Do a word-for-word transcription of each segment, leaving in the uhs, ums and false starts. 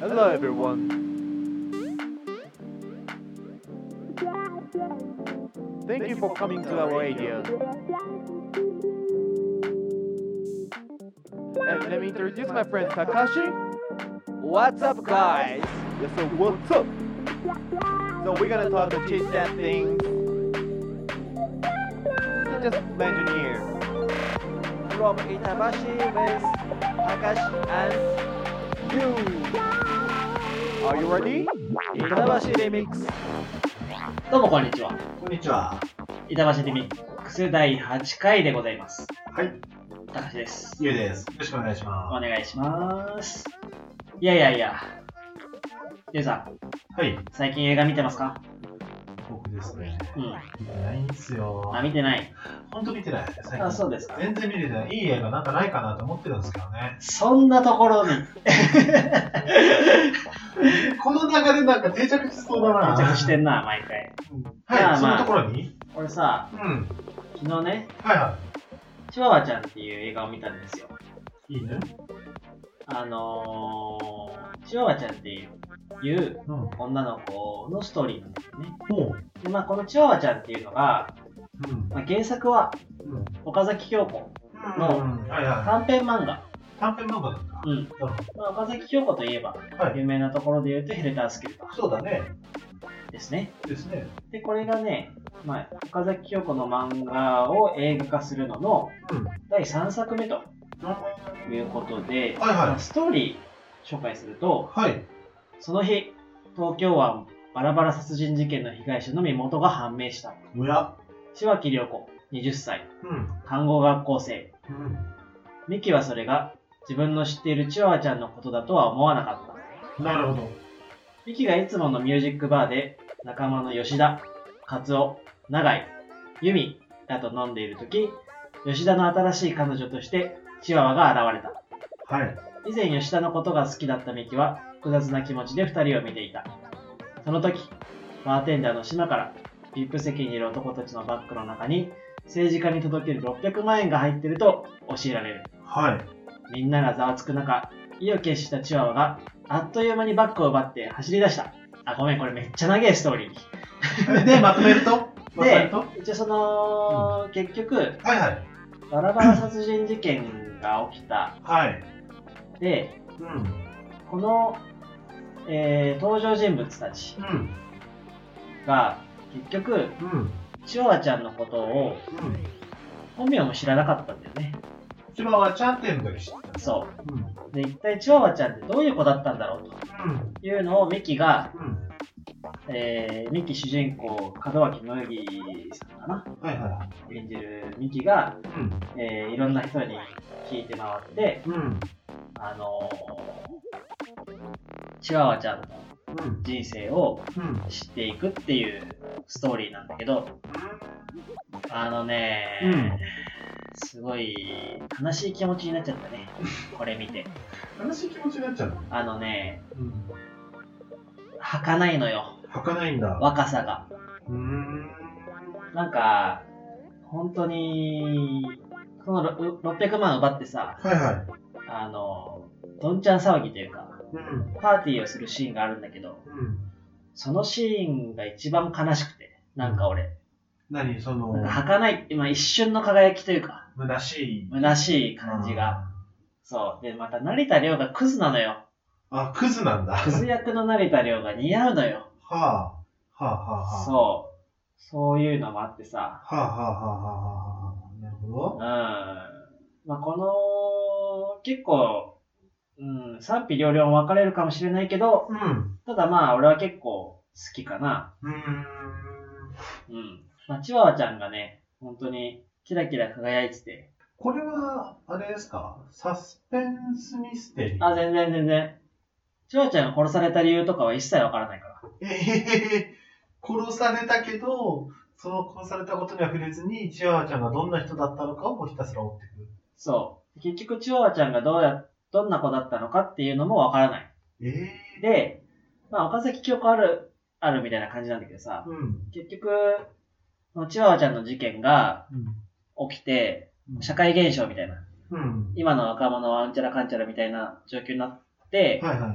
Hello everyone. Thank you for coming to our area. And let me introduce my friend Takashi. What's up, guys? Yes, so what's up? So we're gonna talk to chit chat things. So just mention here. From Itabashi with Takashi and you. Are you ready? Itabashi Remix。 どうもこんにちは。 こんにちは。 板橋リミックスだいはちかいでございます。 はい。 高橋です。 ゆうです。よろしくお願いします。 お願いします。いやいやいや。ゆうさん。 はい。 最近映画見てますか？ 僕ですね。 うん。 見てないんですよ。 あ、見てない。 ほんと見てない。最近。 あ、そうですか。 全然見れてない。いい映画なんかないかなと思ってるんですけどね。 そんなところに。 この流れなんか定着しそうだな。 定着してんな、毎回。 うん、はい、まあまあ、そのところに俺さ、 うん。 昨日ね、 はいはチワワちゃんっていう映画を見たんですよ。 い。いいね。 あのー、チワワちゃんっていう、 うん、 女の子のストーリーなんですよね。 ほう。 で、まあ、このチワワちゃんっていうのが、 うんまあ、原作はうん、 岡崎京子のうんはいはい、 短編漫画。 短編漫画だった。 うん。 なるほまあ、岡崎京子といえば、 ど。はい。 有名なところで言うとヘルタースケルターそうだね。 ですね。 ですね。 で、これがね、まあ、岡崎京子の漫画を映画化するののうん。 だいさんさくめということで、 はいはいまあストーリー紹介すると、 はい。 その日、東京湾バラバラ殺人事件の被害者の身元が判明した。 おや。 千脇涼子、はたち、 うん。 看護学校生。 うん。 ミキはそれが自分の知っているチワワちゃんのことだとは思わなかった。 なるほど。 ミキがいつものミュージックバーで仲間の吉田、カツオ、永井、ユミらと飲んでいるとき、吉田の新しい彼女としてチワワが現れた。 はい。 以前吉田のことが好きだったミキは複雑な気持ちで二人を見ていた。その時、バーテンダーの島からビップ席にいる男たちのバッグの中に政治家に届けるろっぴゃくまんえんが入っていると教えられる。 はい。 みんながざわつく中、意を決したチワワがあっという間にバッグを奪って走り出した。あ、ごめん、これめっちゃ長いストーリー。 で、まとめるとまとめるでと、 一応その、うん、結局、 はいはい。 バラバラ殺人事件が起きた。 はい。 で、 うん。 この、えー、登場人物たちうん。 が、結局、 うん。 チワワちゃんのことを、 うん。 本名も知らなかったんだよね。 チワワちゃんっていうのだけ知ってた。 そうん。 う。で、一体チワワちゃんってどういう子だったんだろううん。 というのをミキが、 うん。 えー、ミキ主人公、門脇麦さんかなはいは演じるミキが、 い。うん。 えー、いろんな人に聞いて回って、 うん。 あのー、チワワちゃんのうん。 人生をうん。 知っていくっていうストーリーなんだけど、あのね、 うんすごい悲しい気持ちになっちゃったね。これ見て。 悲しい気持ちになっちゃうの。 あのね、 うん。 儚いのよ。 儚いんだ。 若さが。 うーん。 なんか、本当に、そのろっぴゃくまん奪ってさ、 はいはい。 あの、どんちゃん騒ぎというか、 うん。 パーティーをするシーンがあるんだけど、 うん。 そのシーンが一番悲しくて、なんか俺、 何その、 なんか儚い、今一瞬の輝きというか、 虚しい。 虚しい感じが。そう。で、また成田凌がクズなのよ。 あ、クズなんだ。 クズ役の成田凌が似合うのよ。 はあ。はあはあはあ。 そう。そういうのもあってさ。 はあはあはあはあはあ。なるほど。 うん。まあ、この、結構、うん、賛否両論分かれるかもしれないけど、 うん。 ただまあ、俺は結構好きかな。 うーん。 うん。まあ、チワワちゃんがね、本当にキラキラ輝いてて。 これは、あれですかサスペンスミステリー。 あ、全然全然。チワワちゃんが殺された理由とかは一切わからないから。 ええー、殺されたけど、その殺されたことには触れずに、チワワちゃんがどんな人だったのかをもうひたすら追っていく。 そう。結局チワワちゃんがどうや、どんな子だったのかっていうのもわからない。 ええー。 で、まあ、岡崎京子ある、あるみたいな感じなんだけどさ、 うん。 結局、そのチワワちゃんの事件が起きて、 うん、 社会現象みたいな。 うん。 今の若者はうんちゃらかんちゃらみたいな状況になって、 はいはい。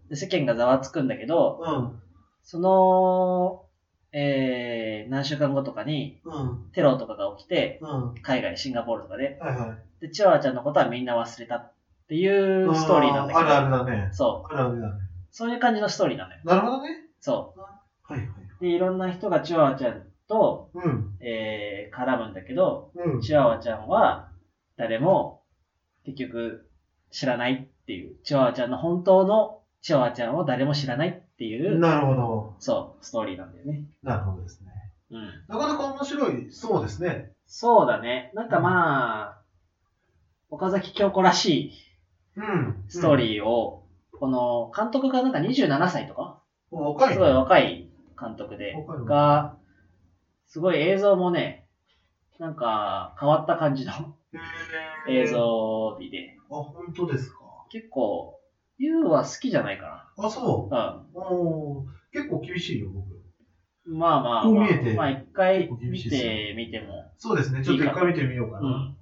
で世間がざわつくんだけど、 うん。 その、えー、何週間後とかにうん。 テロとかが起きて、 うん。 海外、シンガポールとかで、 はいはい。 で、チワワちゃんのことはみんな忘れたっていうストーリーなんだけど、 あーあるあるだね。 そう。 あるあるだね。 そういう感じのストーリーなのよ。 なるほどね。 そはいはい。 う。で、いろんな人がチワワちゃんと、 うん。 えー、絡むんだけど、 うん。 チワワちゃんは誰も結局知らないっていう、チワワちゃんの本当のチワワちゃんを誰も知らないっていう、 なるほど。 そう、ストーリーなんだよね。 なるほどですね。 うん。 なかなか面白い、そうですね。 そうだね。なんかまあ、岡崎京子らしいうん。 ストーリーを、この監督がなんかにじゅうななさいとか、 うん。若いね。 すごい若い監督で若い、のが、すごい映像もね、なんか変わった感じのへー映。像美で、 あ、本当ですか。 結構、ユウは好きじゃないかあ、そな。 う。おー結構厳しいよ、僕。 うん。まあまあ、 こうまあ見えてまあ一回結構厳見しいですよてみても、 そうですね。ちょっと一回見てみようかな。 うん。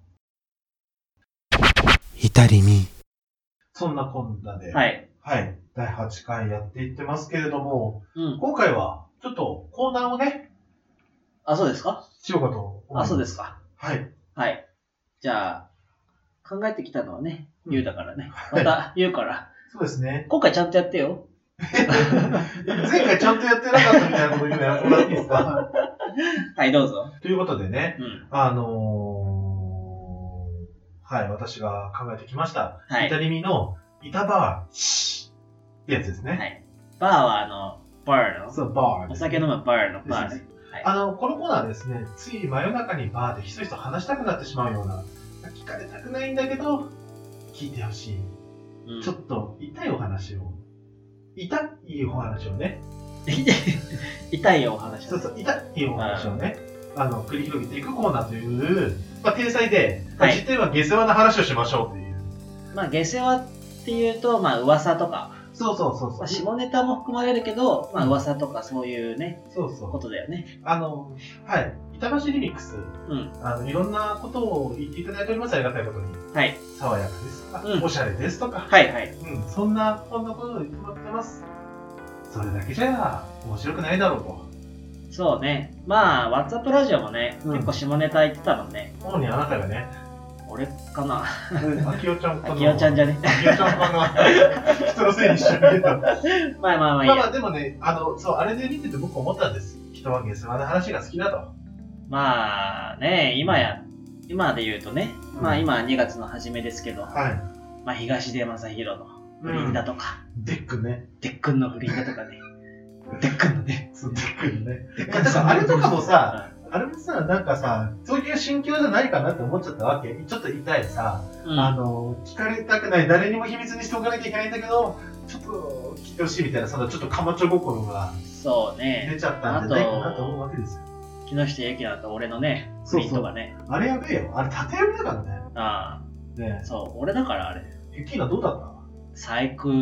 左見。 そんなこんなで。。 はいい。 はい。だいはちかいやっていってますけれども、 うん。 今回は、ちょっとコーナーをね、 あ、そうですかしようかと思います。 あ、そうですか。 はい。 はい。じゃあ、考えてきたのはね、 うんユウだからね。 はいまた言うから。 そうですね。 今回ちゃんとやってよ。 前回ちゃんとやってなかったみたいなこと言うのやってもらっていいですかはい、どうぞ。 ということでね、 うん。 あのー、はい、私が考えてきました。 はいイタリミの板バーシってやつですね。 はい。バーはあの、バーの、 そう、バーおです。 酒飲むバーのバーですね。はい。 あの、このコーナーですね、つい真夜中にバーでひそひそ話したくなってしまうような、聞かれたくないんだけど、聞いてほしい。 うんちょっと痛いお話を、痛いお話をね、 痛いよお話そうだね。 そう、痛いお話をね、あの、繰り広げていくコーナーという、まあ、天才で、まあはい実態は下世話な話をしましょうという。 まあ、下世話っていうと、まあ、噂とか、 そうそうそうまあ、 そう。 下ネタも含まれるけど、まあ、噂とかそういうね、 そうそう。 ことだよね。 あの、はい。板橋リミックス、 うん。 あの、いろんなことを言っていただいております。ありがたいことに。 はい。 爽やかですとか、 うんおしゃれですとか、 はいはい。 うん、そんな、こんなことを言ってもらってます。それだけじゃ、面白くないだろうと。 そうね。まあ、WhatsApp ラジオもね、 うん結構下ネタ言ってたもんね。 主にあなたがね、 俺かな。 あきおちゃんかな。 あきおちゃんじゃね。 あきおちゃんかな。人のせいにしちゃうけど。 まあまあまあいいまあまあや。 でもね、あの、そう、あれで見てて僕思ったんです。人は下世話な話が好きだと。 まあね、今や、今で言うとね、 うんまあ今にがつの初めですけど、 はまあ東出正宏の不倫だとか、 い。デックね。 デックンの不倫だとかね、デックンのね、 そう、デックね。 デッだからあれとかもさ、 うあれもさ、なんかさ、そういう心境じゃないかなって思っちゃったわけ。ちょっと痛いさ、 ん、 あの、聞かれたくない、誰にも秘密にしておかなきゃいけないんだけど、ちょっと聞いてほしいみたいな、そのちょっとかまちょ心がそう出ね、 ちゃったんじゃないかなと思うわけですよ。 木下ゆきなと俺のね、不倫とかね、 あれやべえよ。あれ縦読みだからね。 あねあ、そう、俺だからあれ、 え。ゆきなどうだった最高。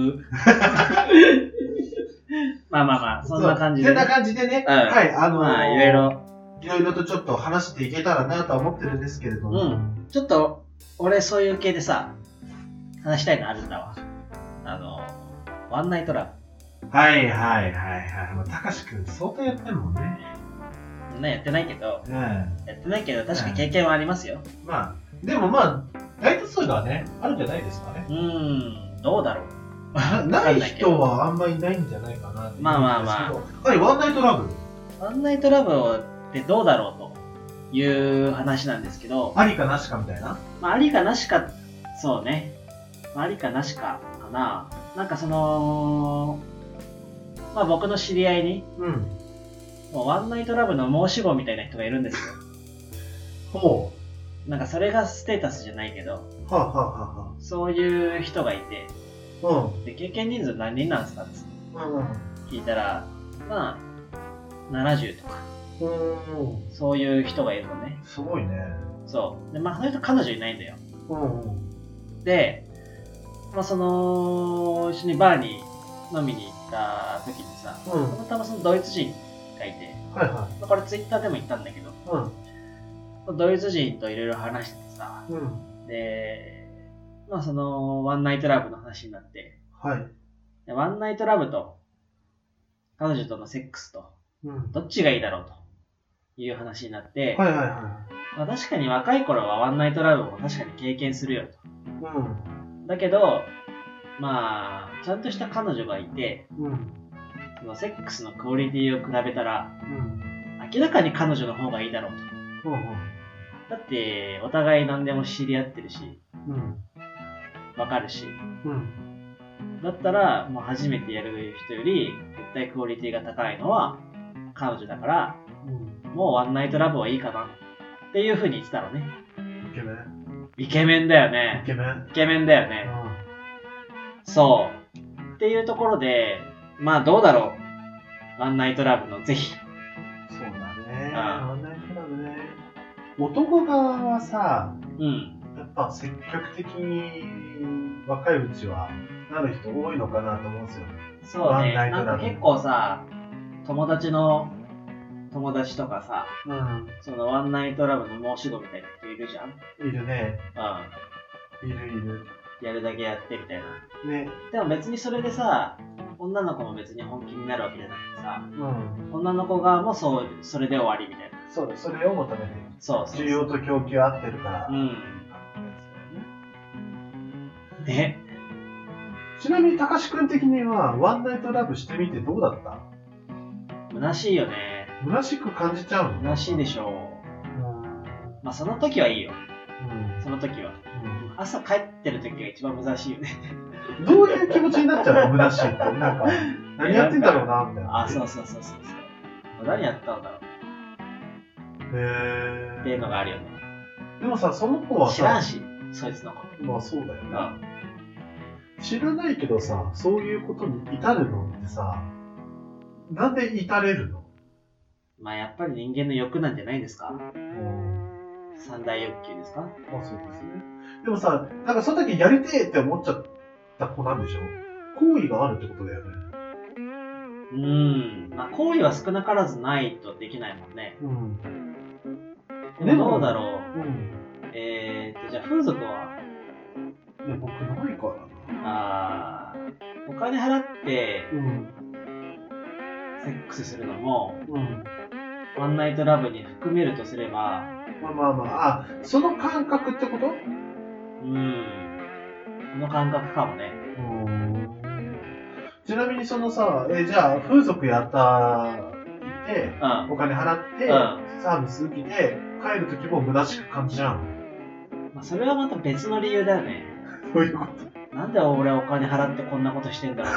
まあまあまあ、そんな感じで、 そんなね。 感じでね、 うんはい、あのー、 まあいろいろ、 いろいろとちょっと話していけたらなとは思ってるんですけれども、 うんちょっと、俺そういう系でさ、話したいのあるんだわ。あの、ワンナイトラはいはいはいはい。もう、たかしくん相当やってんもんね。 ブ。ね、やってないけど、 うん。 やってないけど、確かに経験はありますよ。 まあ、でもまあ、大多数がね、あるんじゃないですかね。 うーん、どうだろう。 なない人はあんまりいないんじゃないかなってまあまあまあ思うんですけどはい、ワンナイトラブ。 ワンナイトラブってどうだろうという話なんですけど、 ありかなしかみたいな。 まあ、ありかなしか、そうね。まあ、ありかなしかかな。なんかその、まあ僕の知り合いに、 うん。 もうワンナイトラブの申し子みたいな人がいるんですよ。 ほなんかそれがステータスじゃないけど、 う。はあ、はあはそういう人がいて、 あはで、経験人数何人なんですかってあ、うん。うん。 聞いたら、まあ、ななじゅうとか、 うん。 そういう人がいるのね。 すごいね。 そう。で、まあ、その人彼女いないんだよ。 うん。 で、まあ、その、一緒にバーに飲みに行った時にさ、 うん。 たまたまそのドイツ人がいて、 はいはまあこれツイッターでも言ったんだけど、 い。うん。 ドイツ人といろいろ話しててさ、 うん。 で、まあその、ワンナイトラブの話になって、 はい。 でワンナイトラブと彼女とのセックスとうん。 どっちがいいだろうという話になって、 はいはいはい。 まあ、確かに若い頃はワンナイトラブも確かに経験するよと。 うん。 だけど、まあ、ちゃんとした彼女がいて、 うん。 そのセックスのクオリティを比べたら、 うん。 明らかに彼女の方がいいだろうと。 うん。 だって、お互い何でも知り合ってるし、 うん。 わかるし。 うん。 だったら、もう初めてやる人より、絶対クオリティが高いのは彼女だから、 うん。 もうワンナイトラブはいいかなっていう風に言ってたのね。 イケメン。 イケメンだよイね。 ケメン。 イケメンだよね。そう。っていうところで、まあどうだろう。ワンナイトラブのぜひ。 そうだね。 ああワンナイトラブね。男側はさ、 うん。 やっぱ積極的に若いうちはなる人多いのかなと思うんですよ。 そうワンね。 ナイトラブなんか結構さ、友達の友達とかさ、 うん。 そのワンナイトラブの申し子みたいな人いるじゃん。 いるね。 ういるいる。 ん。やるだけやってみたいな。 ね。 でも別にそれでさ、女の子も別に本気になるわけじゃなくてさ、 うん。 女の子側もそう、それで終わりみたいな。 そうだ、それを求めてる。 そうそうそう。 需要と供給合ってるから。 うん。ね。 ちなみに、たかしくん的には、ワンナイトラブしてみてどうだった？ 虚しいよね。 虚しく感じちゃうの？ 虚しいでしょうん。 う。まあその時はいいよ。 うん。 その時は。 うん朝帰ってる時が一番虚しいよね。 どういう気持ちになっちゃうの？虚しいって。なんか、何やってんだろうな、みたいな。 あ、そうそうそうそうそう。何やったんだろうへっていうのがあるよね。 ー。でもさ、その子はさ、 知らんし、そいつのこまあそうだよと。うね。 ん。 知らないけどさ、そういうことに至るのってさ、なんで至れるの？ まあやっぱり人間の欲なんじゃないですか？ うん。 三大欲求ですか？ まあそうですね。でもさ、なんかその時やりてえって思っちゃった子なんでしょ？好意があるってことだよね。 うーん。まあ行為は少なからずないとできないもんね。 うん。 でもどうだろう。 うん。 えーっと、じゃあ風俗は、 いや、僕ないからな。 あー、お金払ってうん。 セックスするのも、 うん。 ワンナイトラブに含めるとすれば、 まあまあまあ、あ、その感覚ってこと？ うーん。この感覚かもね。 うん。ちなみにそのさ、えじゃあ風俗やったいて、 うん。 お金払って、 うサービス受けて、帰るときも虚しく感じちゃうの？ まあ、それはまた別の理由だよね。 どういうこと？ なんで俺お金払ってこんなことしてんだろう。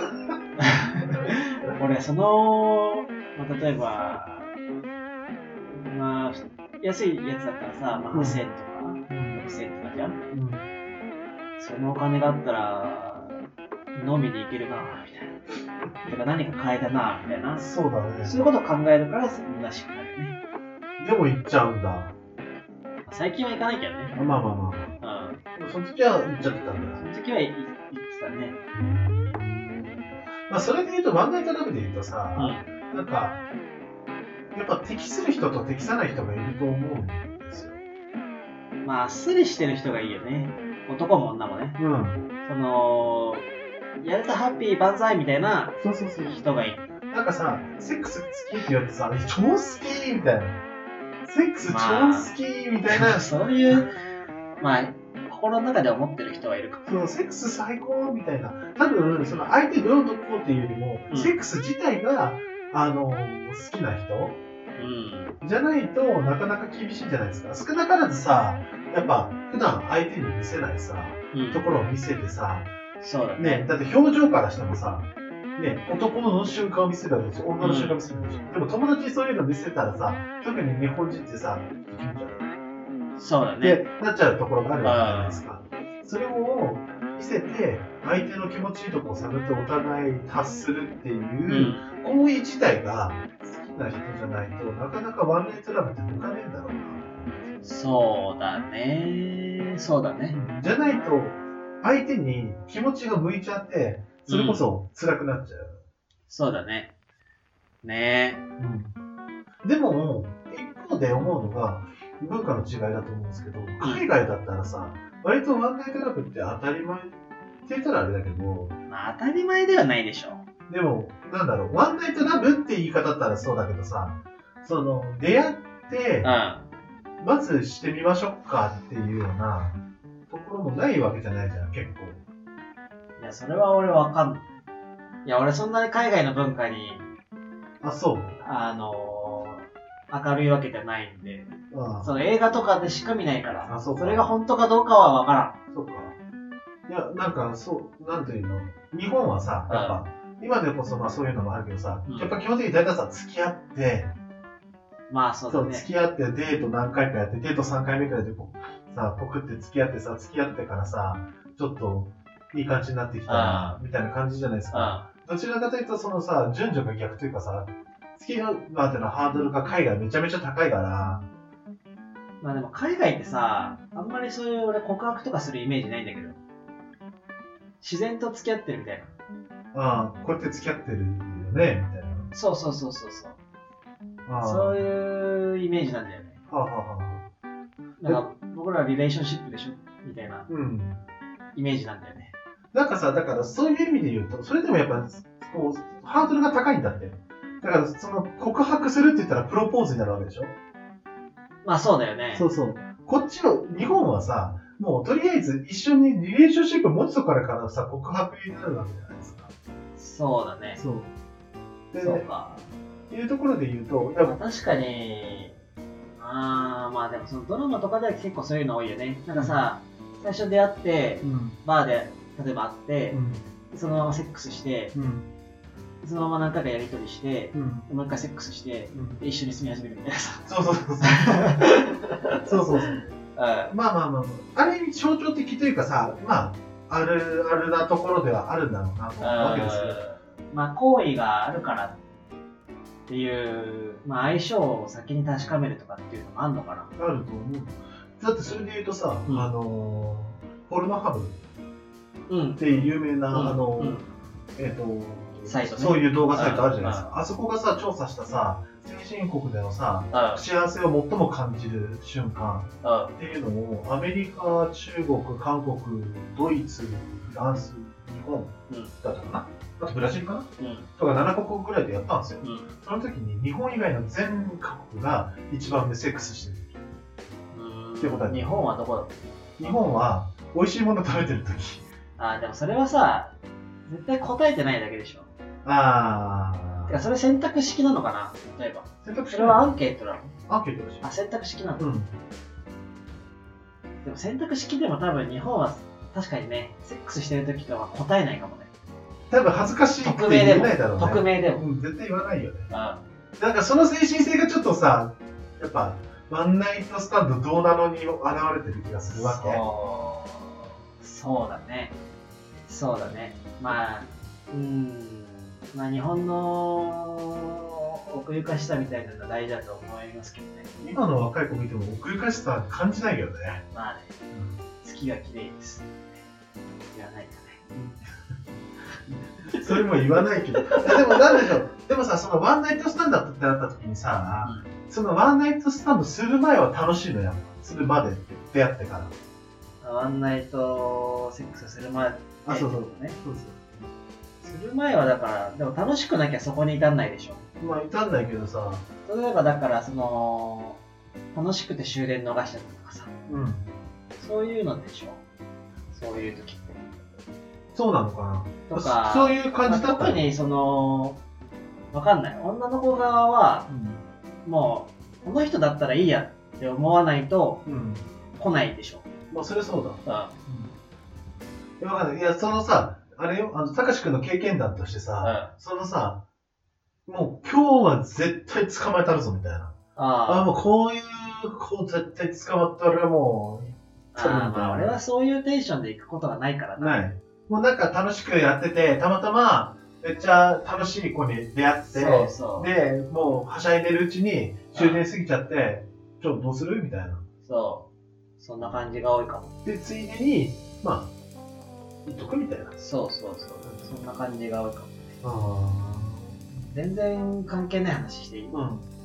俺、その、まあ、例えば、まあ、安いやつだったらさ、まあ、はっせんえんとか、 うんろくせんえんとかじゃん。 うん。 そのお金があったら、飲みに行けるな、みたいな。てか何か買えたな、みたいな。 そうだね。 そういうことを考えるから、虚しくなるよね。 でも行っちゃうんだ。 最近は行かないけどね。 まあまあまあ。 うん。 でもその時は行っちゃってたんだ。 その時は行ってたね。 まあそれで言うと、ワンナイトラブで言うとさ、 うん。 なんか、やっぱ適する人と適さない人がいると思うんですよ。 まあ、あっさりしてる人がいいよね。男も女もね。 うん。 その、やれたハッピー万歳みたいなそうそうそう。 人がいい。 なんかさ、セックス好きって言われてさ、超好きみたいな。セックス超好きみたいな。 そういう、まあ、心の中で思ってる人はいるかも。 そう、セックス最高みたいな。多分、その相手どうどこうっていうよりも、 うんセックス自体が、あの、好きな人うん。 じゃないとなかなか厳しいじゃないですか。少なからずさ、やっぱ普段相手に見せないさ、 うんところを見せてさ、 そうだね。 ね、だって表情からしてもさ、ね、男の瞬間を見せるわけでしょ、女の瞬間を見せるわけでしょ。でも友達にそういうの見せたらさ、特に日本人ってさ、気持ち悪いそうだね。 ってなっちゃうところがあるわけじゃないですか。それを見せて、相手の気持ちいいところを探ってお互い達するっていうう、 ん。 行為自体が好きな人じゃないとなかなかワンナイトラブって抜かねえんだろうな。 そうだね。そうだね。 じゃないと相手に気持ちが向いちゃってそれこそ辛くなっちゃう。 そうだね。ねうん、でも一方で思うのが文化の違いだと思うんですけど、海外だったらさ割とワンナイトラブって当たり前って言ったらあれだけど、 まあ当たり前ではないでしょ。 でも、なんだろう、ワンナイトラブって言い方だったらそうだけどさ、その、出会って、 うん。 まずしてみましょうかっていうようなところもないわけじゃないじゃん、結構。 いや、それは俺わかんない。いや、俺そんなに海外の文化に、 あ、そう。 あのー、明るいわけじゃないんで、 あその映画とかでしか見ないから、 あ、そうか。 それが本当かどうかはわからん。 そうか。いや、なんか、そう、なんていうの、日本はさ、やっぱ、今でこそまあそういうのもあるけどさ、 うんやっぱ基本的に大体さ、付き合って、 まあそうだね。 付き合ってデート何回かやって、デートさんかいめくらいでこう、さ、ポクって付き合ってさ、付き合ってからさ、ちょっといい感じになってきたな、みたいな感じじゃないですか。どちらかというと、そのさ、順序が逆というかさ、付き合うまでのハードルが海外めちゃめちゃ高いから、 まあでも海外ってさ、あんまりそういう俺告白とかするイメージないんだけど、自然と付き合ってるみたいな。 ああ、こうやって付き合ってるよね、みたいな。 そうそうそうそうそう。 ああそういうイメージなんだよね。 はあ、はあはあ、 なんか僕らはリレーションシップでしょみたいなうん。 イメージなんだよね。 なんかさ、だからそういう意味で言うと、それでもやっぱ、こう、ハードルが高いんだって。だから、その、告白するって言ったらプロポーズになるわけでしょ。 まあそうだよね。 そうそう。こっちの、日本はさ、もうとりあえず一緒にリレーションシップ持つとからからさ、告白になるわけじゃないですか。 そうだね。 そう。で、 そうか。 いうところで言うと、やっまあ確かに、あーまあでもそのドラマとかでは結構そういうの多いよね。なんかさ、最初出会って、 うん。 バーで例えば会ってう、ん。 そのままセックスして、 うん。 そのまま何回かやりとりして、 うん。 もう一回セックスして、 うん。 で一緒に住み始めるみたいなさ。 そうそうそうそう。そうそうそう。まあまあまあまあ、ある意味象徴的というかさ、まあ、あるあるなところではあるんだろうなと思うわけですよ。 まあ好意があるからっていう、まあ相性を先に確かめるとかっていうのもあるのかな。 あると思う。だってそれで言うとさ、 うんあのー、ポルノハブうんっ。ていう有名な、 うんあのーうんえっ、とサイトねそういう動画サイトあるじゃないですか。あそこがさ、調査したさ、先進国でのさ、 うん。 幸せを最も感じる瞬間うん。 っていうのを、アメリカ、中国、韓国、ドイツ、フランス、日本うん。 だったかな、あとブラジルかなうん。 とかななかこくぐらいでやったんですよ。 うん。 その時に日本以外の全カ国が一番目セックスしてる。ってことは日本はどこだ日本は美味しいもの食べてる時。 あーでもそれはさ、絶対答えてないだけでしょ。 あてかそれ選択式なのかな例えば。 選択肢それはアンケートなのアンケートだし。 あ、選択式なの、 うん。 でも選択式でも多分日本は確かにね、セックスしてる時とは答えないかもね。 多分恥ずかしいって匿名でも言えないだろうね。 匿名でも。 うん、絶対言わないよね。 うん。 なんかその精神性がちょっとさ、やっぱ、ワンナイトスタンドどうなのに現れてる気がするわけ。 そうそうだね。そうだね。まあ、うーん、まあ日本の奥ゆかしさみたいなのが大事だと思いますけどね。 今の若い子見ても奥ゆかしさ感じないけどね。 まあね、月が綺麗です。言わないかね。 それも言わないけど。いやでもなんでしょう。でもさ、そのワンナイトスタンドってなった時にさ、そのワンナイトスタンドする前は楽しいのよ。するまで出会ってから。 ワンナイトセックスする前あ、そうそう。 ね。 そうそする前はだから、でも楽しくなきゃそこに至んないでしょ。 う。まあ、至んないけどさ、 例えばだから、その、楽しくて終電逃しちゃったとかさ、 うん。 そういうのでしょ。そういう時って。 そうなのかな。 とか、 そういう感じだったまあ特にその、わかんない。女の子側は、もう、この人だったらいいやって思わないとうん。うん。 来ないでしょ。 まあ、それそうだ。 うん。 いや、わかんない。いや、そのさ、あれよ、あの、たかしくんの経験談としてさ、そのさ、もう今日は絶対捕まえたるぞみたいな。ああ、 あもうこういう子絶対捕まったらもう、 あ、ああまあ俺はそういうテンションで行くことがないからな。 ない。もうなんか楽しくやってて、たまたまめっちゃ楽しい子に出会って、 そうそう。 で、もうはしゃいでるうちに終電過ぎちゃって、ちょ、どうするみたいな。 そう。そんな感じが多いかも。 で、ついでに、まあ、言っとくみたいな。 そうそうそう。そんな感じが多いかもね。 あ全然関係ない話していい、 あ。うん。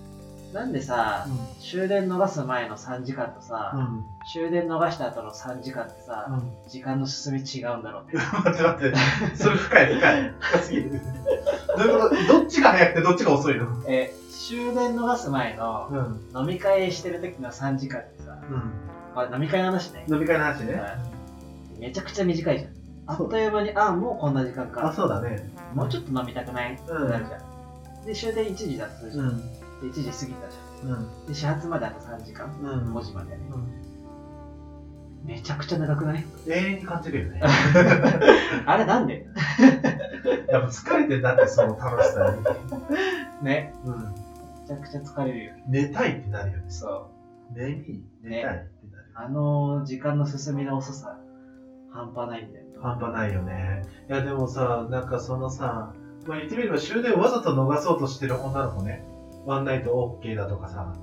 なんでさ、 う終電逃す前のさんじかんとさ、 ん。 終電逃した後のさんじかんってさ、 うん。 時間の進み違うんだろうね。 待って待って。それ深い深い。深すぎる。どういうことどっちが早くてどっちが遅いの？ え、終電逃す前のうん。 飲み会してる時のさんじかんってさ、 うん。 これ飲み会の話ね。 飲み会の話ね。 はいめちゃくちゃ短いじゃん。あっという間に、あ、もうこんな時間あ、 か。 そうだね。 もうちょっと飲みたくないってなるじゃん。で、終電いちじだとするじゃん。 うん。 でいちじ過ぎたじゃん。 うん。 で、始発まであとさんじかん。 うん。 ごじまでね。 うん。 めちゃくちゃ長くない永遠に感じるよね。 あれなんでやっぱ疲れてんだって、その楽しさに。 ね。 うん。 めちゃくちゃ疲れるよ。 寝たいってなるよね。 そう。 眠い、寝たいってなる。 あの時間の進みの遅さ、半端ないんだよ。 半端ないよね。いやでもさ、なんかそのさ、まあ言ってみれば終電をわざと逃そうとしてる女の子ね。ワンナイト OK だとかさ。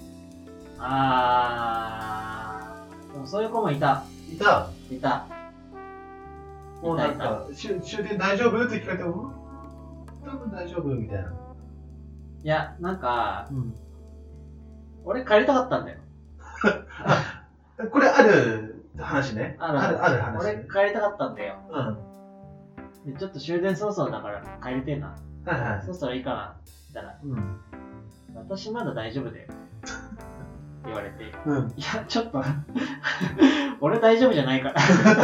あー、でもそういう子もいた。 いたいた。 もうなんか、終終電大丈夫って聞かれても、うん多分大丈夫みたいな。 いや、なんか、 うん。 俺帰りたかったんだよ。 これある話ね。 あるある、ある話、 俺ね。 帰りたかったんだよ。 うん。はでちょっと終電早々だから帰りてえな。 いはい。 そしたらいいかな。みたいな。 うん。 私まだ大丈夫だよ。言われて。 うん。 いや、ちょっと、俺大丈夫じゃないから。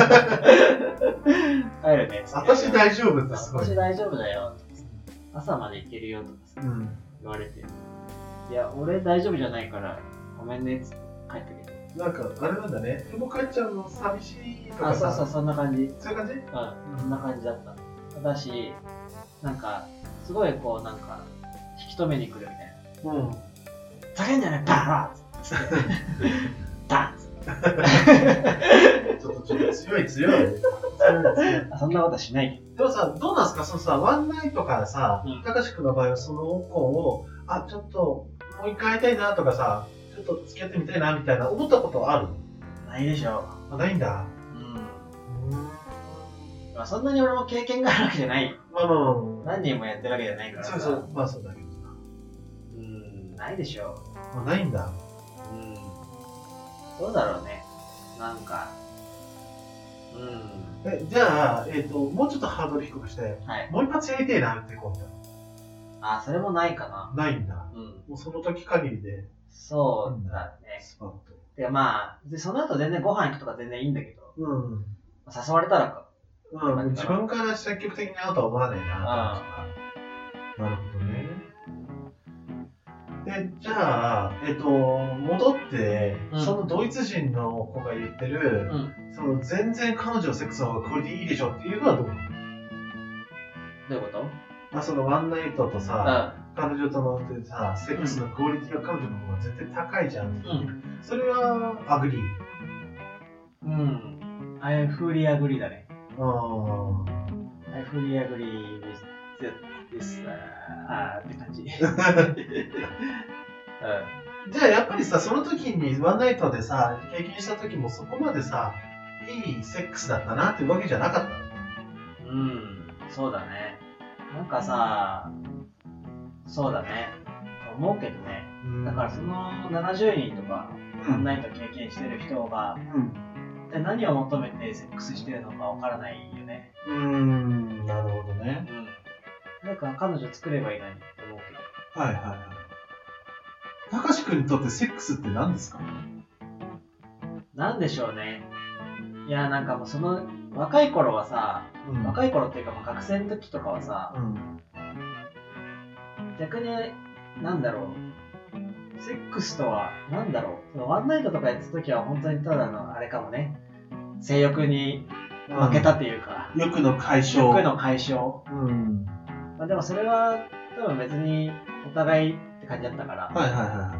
帰るね。 私大丈夫ってすごい。 私大丈夫だよ。朝まで行けるよとかさうん。 言われて。いや、俺大丈夫じゃないから、ごめんねっつって帰ってくる。 なんか、あれなんだね。もう帰っちゃうの寂しいとかあ、 さ。 そうそう、そんな感じ。 そういう感じうん、そんな感じだった。だし、なんか、すごいこう、なんか、引き止めに来るみたいな。 うん。 叫んじゃないバーンつって。バーンつって。 ちょっと、ちょっと強い強い。強い強い。 そんなことしないけでもさ、どうなんすかそのさ、ワンナイトからさうん、 たかしくんの場合はその子を、あ、ちょっと、もう一回会いたいなとかさ、ちょっと付き合ってみたいなみたいな思ったことある？ ど。ないでしょ。 あ、ないんだ。 うん。 うん。 まあ、そんなに俺も経験があるわけじゃない。 まあまあまあま何人もやってるわけじゃないかあ。 らさ。 そうそう、まあそうだけどさ。 うん、ないでしょ。 あ、ないんだ。 うん。どうだろうね。なんか。うん。 え、じゃあ、えっ、と、もうちょっとハードル低くして、 はい。 もう一発やりてえなって子みたいあ、それもないかな。 な。ないんだ。 うん。 もうその時限りで、 そうだね。 スパッと。 で、まあ、でその後全然ご飯行くとか全然いいんだけど、 うん。 誘われたらか。 うん、自分から積極的に会うとは思わないな、なるほどね。で、じゃあ、えっと、戻って、 うんそのドイツ人の子が言ってる、 うん。 その全然彼女のセックスの方がクオリティいいでしょっていうのはどうなの？ どういうことあ、そのワンナイトとさ、 う彼女とのさ、セックスのクオリティは彼女の方が絶対高いじゃん。 ん。 それは、アグリー。 うん。うん。I fully agree だね。 ああ。 I fully agree with this, uh, あーって感じ。うじゃあやっぱりさ、その時にワンナイトでさ、経験した時もそこまでさ、いいセックスだったなっていうわけじゃなかったの？ ん。うん。そうだね。なんかさ、そうだね。思うけどね。だからそのななじゅうにんとか、ワンナイト経験してる人が、 うん。 で何を求めてセックスしてるのかわからないよね。 うーん、なるほどね。 うん。なんか彼女作ればいいのにって思うけど。 はいはいはい。たかしくんにとってセックスって何ですか？ なんでしょうね。いや、なんかもうその、若い頃はさ、 うん若い頃っていうかまあ学生の時とかはさ、 うん。 逆に、なんだろう、セックスとは、なんだろう、そのワンナイトとかやってた時は本当にただのあれかもね、性欲に負けたっていうか、 欲の解消。 欲の解消。 うん。 まあ、でもそれは多分別にお互いって感じだったから、 はいはいは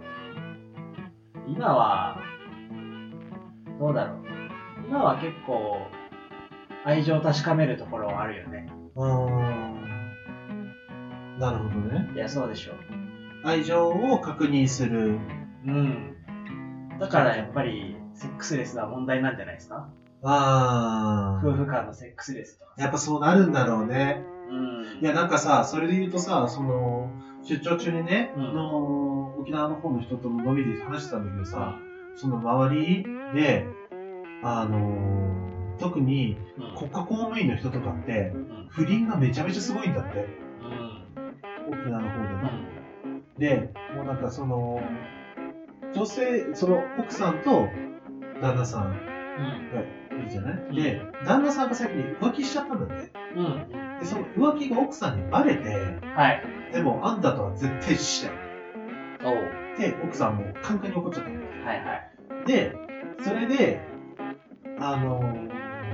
今は、どうだろう。今は結構、愛情を確かめるところはあるよね。 い。うーん。なるほどね。 いや、そうでしょう。 愛情を確認する。 うん。だからやっぱり、セックスレスは問題なんじゃないですか？ あ夫婦間のセックスレスとか。 やっぱそうなるんだろうね。 うん。 いやなんかさ、それで言うとさ、その、 出張中にね、 うんあのー沖縄の方の人とも飲みで話してたんだけどさ、その周りで、あのー特にうん国家公務員の人とかってうん不倫がめちゃめちゃすごいんだって、 うん沖縄の方でうね。 んで、もうなんかその女性、その奥さんと旦那さんがいいじゃない、 んで、旦那さんが先に浮気しちゃったんだって。 うんうんで、その浮気が奥さんにバレて、 はいでもあんたとは絶対しない。 おうで、奥さんもカンカンに怒っちゃったんだよ。 はいはいで、それで、あのー、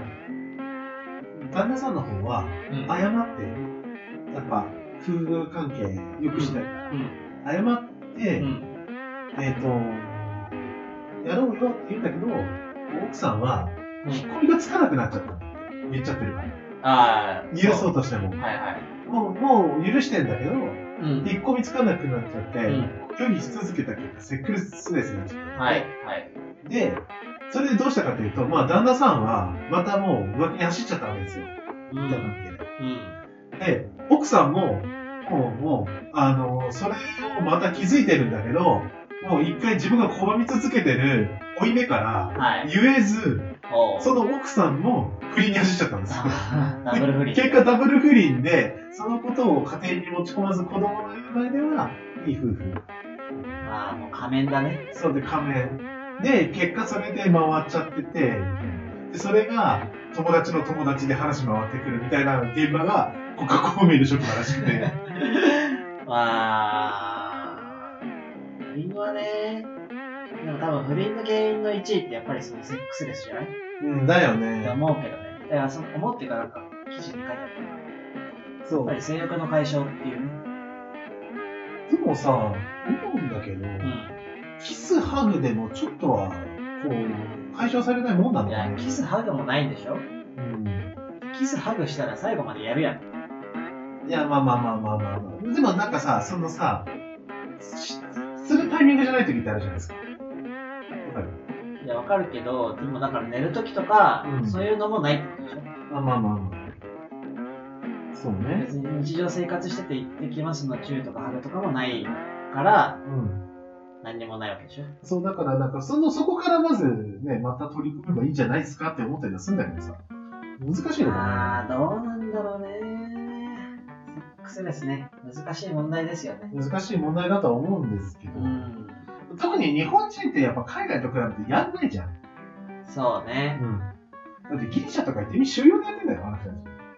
旦那さんの方はうん謝って、やっぱ夫婦関係良くしたいから、 うん謝って、 うんえっ、と、やろうよって言うんだけど、奥さんはうん引っ込みがつかなくなっちゃったって言っちゃってるから。 ああ許そうとしても。 はいはいもう、もう許してんだけど、 うん引っ込みつかなくなっちゃって、 うん拒否し続けた結果、セックスレスになっちゃった。 はいはいで、それでどうしたかというと、まあ、旦那さんは、またもう浮気に走っちゃったわけですよ。 うみたいな関ん係で。で、奥さんも、もう、もう、あの、それをまた気づいてるんだけど、もう一回自分が拒み続けてる負い目から、 はい言えず、 おうその奥さんも不倫に走っちゃったんですよ。 あーダブル不倫結果ダブル不倫で、そのことを家庭に持ち込まず子供の言う前では、いい夫婦。 ああもう仮面だねそうで仮面。で、結果それで回っちゃってて、でそれが友達の友達で話回ってくるみたいな現場が国家公務員の職場らしくて。 まあ不倫はねでも多分不倫の原因のいちいってやっぱりそのセックスレスじゃないうん、だよってね。 思うけどねだからその思うっていうかなんか記事に書いてあったそやっぱり性欲の解消っていうねでもさ、思うんだけど、 うんキスハグでもちょっとは、こう、解消されないもんなのいかね。 やキスハグもないんでしょうん。 キスハグしたら最後までやるやんいや、まあまあまあまあまあまあ。でもなんかさ、そのさ、しするタイミングじゃない時ってあるじゃないですか。わかる？ いやわかるけどでもだから寝るときとか、 うんそういうのもないってことでしょまあまあまあまあ。そうね。 別に日常生活してて行ってきますのチューとかハグとかもないからうん。 何にもないわけでしょそう、だから、なんか、その、そこからまずね、また取り組めばいいんじゃないですかって思ったりはするんだけどさ。難しいのかあーどうなんだろうねセックスレスね難しい問題ですよねな。難しい問題だとは思うんですけど、 うん特に日本人ってやっぱ海外と比べてやんないじゃん。 そうねうん。だってギリシャとか行ってみ収容でやってんだよ、あの人たち。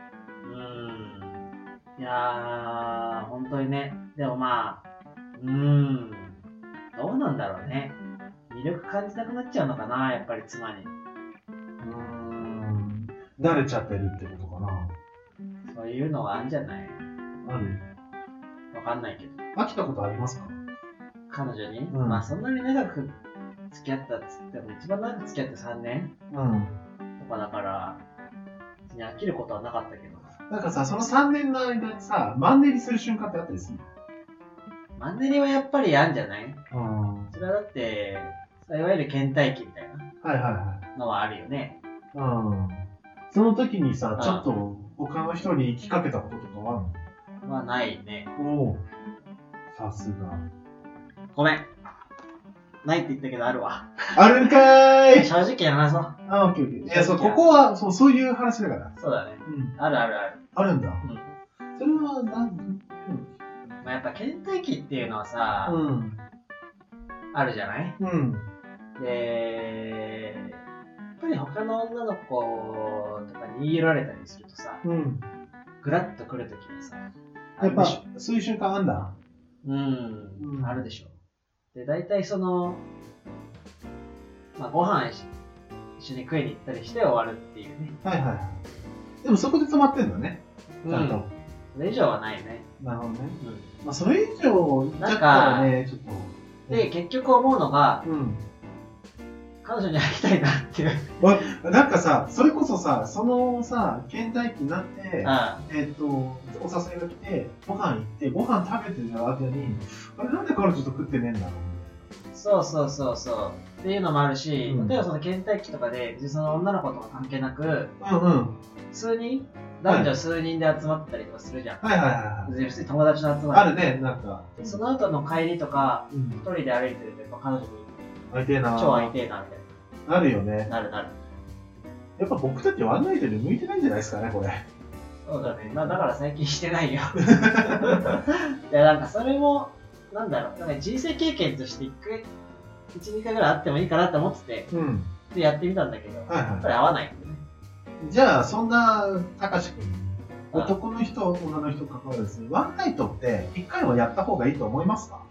うんいやー本当にねでもまあうーんどうなんだろうね魅力感じなくなっちゃうのかなやっぱり妻にうーん。慣れちゃってるってことかな。 そういうのはあるんじゃないある？ わかんないけど飽きたことありますか？ 彼女に、 うんまあそんなに長く付き合ったっつっても一番長く付き合ってさんねんうん。 とかだから別に飽きることはなかったけどなんかさ、そのさんねんの間にさ、マンネリする瞬間ってあったりするマンネリはやっぱりあるんじゃないの？うん。 それはだっていわゆる倦怠期みたいはいはいは。 なのはあるよねい。うん。その時にさう、んちょっと他の人に言い聞かけたこととかはあはないねるの？おお。さすが。 ごめんないって言ったけどあるわあるんかーい。 正直話そうあ、オッケーオッケー。いや、そう、ここは、そう、そういう話だから。 そうだねうん。 あるあるあるあるんだ。 うんそれは、なん、 まあ、やっぱ倦怠期っていうのはさ、 うん。 あるじゃないうん。 でやっぱり他の女の子とかに言い寄られたりするとさうん。 グラッとくるときはさやっぱあるでしょ、 そういう瞬間あんだ。 うん、 うんあるでしょで大体そのまあご飯一一緒に食いに行ったりして終わるっていうねはいはいはい。でもそこで止まってんだね。ちゃんと。 うんそれ以上はないね、 なるほどね。 うまあ、それ以上言っちゃったらね、ちょっと。 ん、で結局思うのがうん。 彼女に会いたいなっていうわなんかさ、それこそさ、そのさ、倦怠期になって、 あえっと、お誘いが来て、ご飯行って、ご飯食べてた後に、あれなんで彼女と食ってねえんだろうそうそうそうそうっていうのもあるし、 うん例えばその倦怠期とかで別にその女の子とか関係なくうんうん。 数人男女数人で集まったりとかするじゃん、 はいはいはいはい。 別に普通に友達の集まりあるね、なんか。 その後の帰りとかうん一人で歩いてるとやっぱ彼女に会いてえな。 超会いてえなみたいあるよね。 ななるなるやっぱ僕たちワンナイトで向いてないんじゃないですかね、これ。 そうだね、まあだから最近してないよいやなんかそれもなんだろうなんか人生経験としていっかいいち、にかいぐらいあってもいいかなって思っててうん。 でやってみたんだけど、 はいはいやっぱり合わないんでね。 じゃあ、そんな、たかしくん、 うん男の人、女の人関わらず、ワンナイトって一回はやった方がいいと思いますか？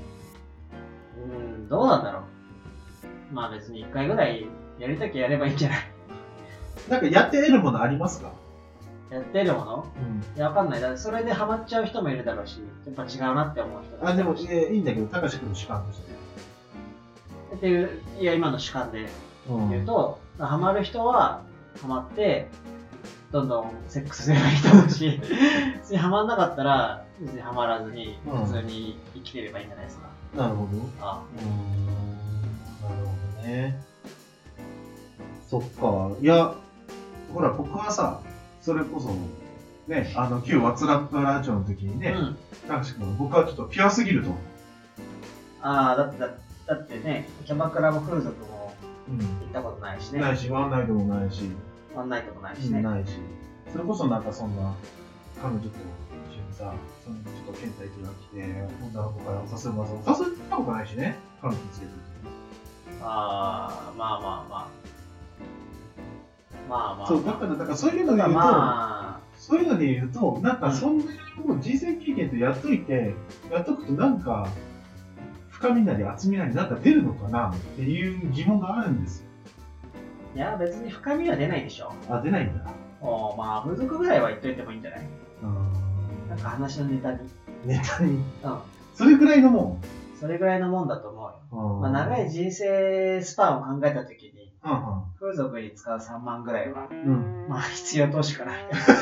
うん、どうなんだろう。まあ別にいっかいぐらいやりたきゃやればいいんじゃないなんかやって得るものありますか？ やってるものうん。 いや、わかんない。だってそれでハマっちゃう人もいるだろうし、やっぱ違うなって思う人あ、でも、いやいいんだけど、たかしくんの主観として。 っていう、いや、今の主観でうん言うと、ハマる人はハマって、どんどんセックスすればいいと思うし、別にハマんなかったら、別にハマらずに、 うん普通に生きてればいいんじゃないですか。 なるほど。 あうーん、なるほどね。そっか。いや、ほら、僕はさ、それこそ、ね、あの、旧ワッツラップラジオの時にね、 うん。 たかしくん、僕はちょっとピュアすぎると。 ああ、だって、だだってね、キャバクラも風俗もうん。 行ったことないしね。 ないし、ワンナイトもないし、 ワンナイトもないしね。 ないし、それこそなんかそんな、彼女と一緒にさ、そのちょっと検体とが来て、女の子からお誘います。お誘いしたことないしね、彼女につけてるああ、まあまあまあ。まあまあ。 そう、だから、だからそういうので言うと、 まあ、 そういうので言うと、なんかそんなにもう人生経験ってやっといて、やっとくとなんか、深みなり厚みなりなんか出るのかなっていう疑問があるんですよ。 いや別に深みは出ないでしょ。 あ、出ないんだ。 おまあ、風俗ぐらいは言っといてもいいんじゃないうん。 なんか話のネタに。 ネタに。 うん。 それぐらいのもそれぐらいのもんだと思うよ。 ん。うん。 まあ、長い人生スパンを考えたときに、 うん風俗に使うさんまんぐらいは、 うん。うん。 まあ、必要投資かな。い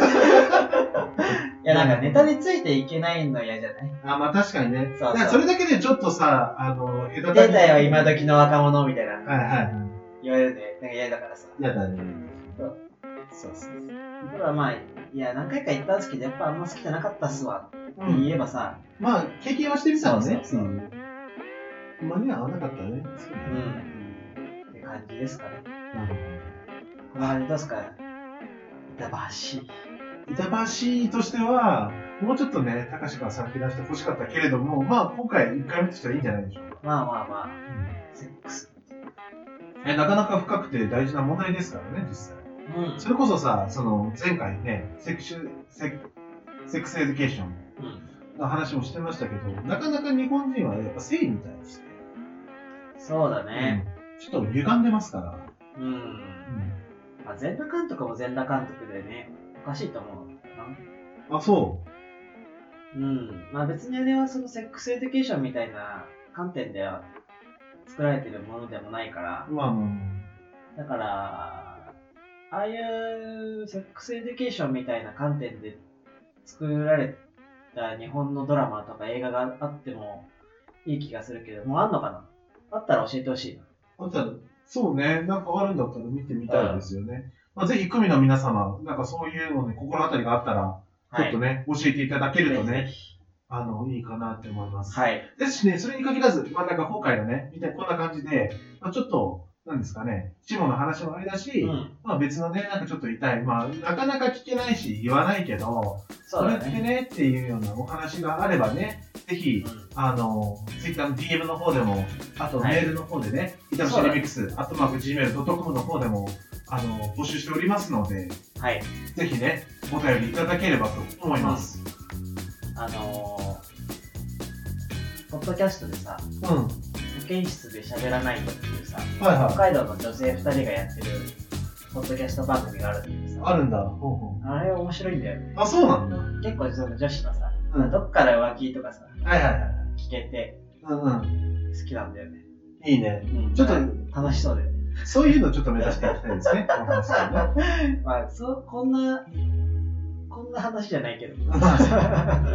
や、なんかネタについていけないの嫌じゃないあ、まあ確かにね。 そうそうだからそれだけでちょっとさ、あの、隔出たよ、今時の若者みたいな。 はいはい。 言われるで、なんか嫌だからさ。 やだね。 そうそう。だからまあ、いや、何回か行ったんですけど、やっぱあんま好きじゃなかったっすわってうん。 言えばさ、 まあ、経験はしてみたのね。 そうそうそううん。まあには合わなかったね。そううん。って感じですかね。 なるこの感じどうですか板橋。 ほど。板橋としては、もうちょっとね、高志からさらけ出してほしかったけれども、まあ今回いっかいめとしてはいいんじゃないでしょうか。 まあまあまあ、セックス。 えなかなか深くて大事な問題ですからね、実際。 うん。 それこそさ、その前回ね、セクシュセクセックスエデュケーションうん。 の話もしてましたけど、なかなか日本人はやっぱ性に対して、 そうだね。 うん、ちょっと歪んでますから。 うん。 うん、 まあ、全裸監督も全裸監督でね、おかしいと思うな。 あ、そうん。まあ別にあれはそのセックスエデュケーションみたいな観点では作られてるものでもないからう。、まあまだから、ああいうセックスエデュケーションみたいな観点で作られた日本のドラマとか映画があってもいい気がするけど、もうあんのかなあったら教えてほしいな。 あ、あとはそうね、なんかあるんだったら見てみたいですよね。まあ、ぜひ、組の皆様、なんかそういうのね、心当たりがあったら、ちょっとね、教えていただけるとね、 ぜひぜひあの、いいかなって思います。 はい。 ですしね、それに限らず、まあなんか今回のね、みたいこんな感じで、まあちょっと、なんですかね、下の話もありだし、 うん。 まあ別のね、なんかちょっと痛い、まあなかなか聞けないし、言わないけど、 そうだれってね。 ねっていうようなお話があればね、ぜひ、あの、Twitter の ディーエム の方でも、あとはいメールの方でね、板橋リミックス、アットマーク ジーメールドットコム の方でも、あの、募集しておりますので、 うん。はい。 ぜひね、お便りいただければと思います。 あのー、ポッドキャストでさ、 うん。 保健室で喋らないとっていうさ、 はい北海道の女性ふたりがやってるポッドキャスト番組があるんだけどさ、 あるんだ。ほうほうあれ面白いんだよね。 あ、そうなんだ。 結構その女子のさ、 うんどっから浮気とかさ、 はいはいはい。 聞けてうんうん。 好きなんだよね。 いいね。 うんちょっと楽しそうだよね。 そういうのちょっと目指していきたいですね。お話をね。 まあ、そう、こんな、こんな話じゃないけど。 は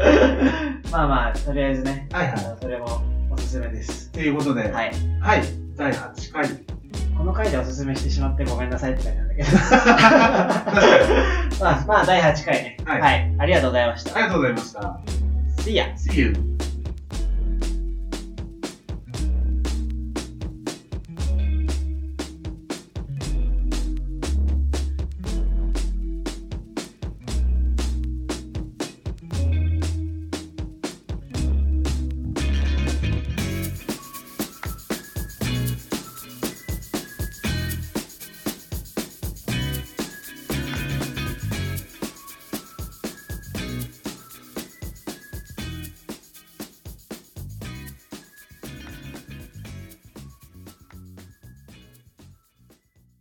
まあまあ、とりあえずね、 いはい。 それもおすすめです。 ということで、 はい。 はい。 だいはちかい。 この回でおすすめしてしまってごめんなさいって書いてあるんだけど。 確かに。 まあ、まあ、だいはちかいね。 はいはい。ありがとうございました。 ありがとうございました。 See ya! See you!